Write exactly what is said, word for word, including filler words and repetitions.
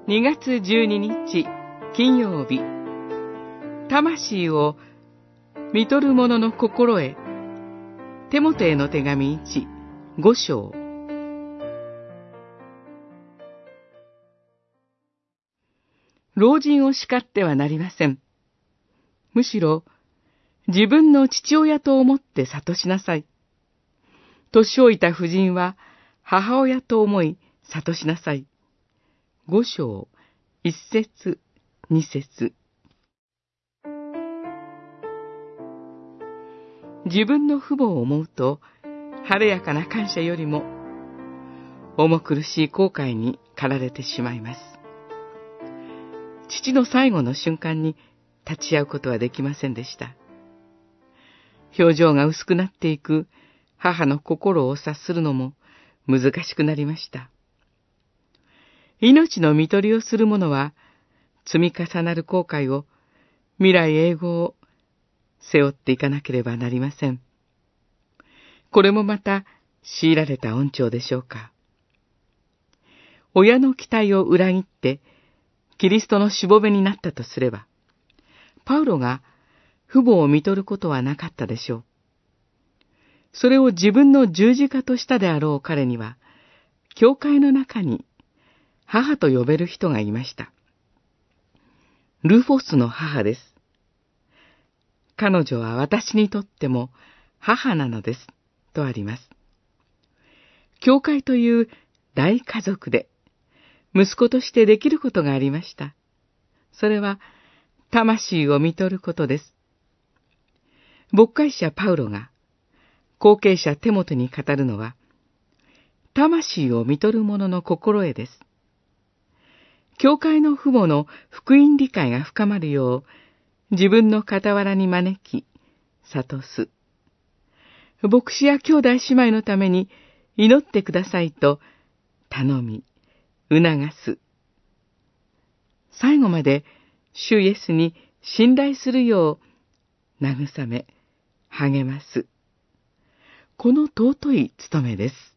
にがつじゅうににち金曜日、魂を見とる者の心へ。テモテへの手紙いち、ご章。老人を叱ってはなりません。むしろ自分の父親と思って諭しなさい。年老いた婦人は母親と思い諭しなさい。五章、一節、二節。自分の父母を思うと、晴れやかな感謝よりも、重苦しい後悔に駆られてしまいます。父の最後の瞬間に立ち会うことはできませんでした。表情が薄くなっていく母の心を察するのも難しくなりました。命の看取りをする者は、積み重なる後悔を、未来永劫を背負っていかなければなりません。これもまた強いられた恩寵でしょうか。親の期待を裏切って、キリストのしもべになったとすれば、パウロが父母を看取ることはなかったでしょう。それを自分の十字架としたであろう彼には、教会の中に母と呼べる人がいました。ルフォスの母です。彼女は私にとっても母なのです、とあります。教会という大家族で、息子としてできることがありました。それは、魂を看取ることです。牧会者パウロが、後継者テモテに語るのは、魂を看取る者の心得です。教会の父母の福音理解が深まるよう、自分の傍らに招き、諭す。牧師や兄弟姉妹のために祈ってくださいと頼み、促す。最後まで主イエスに信頼するよう慰め、励ます。この尊い務めです。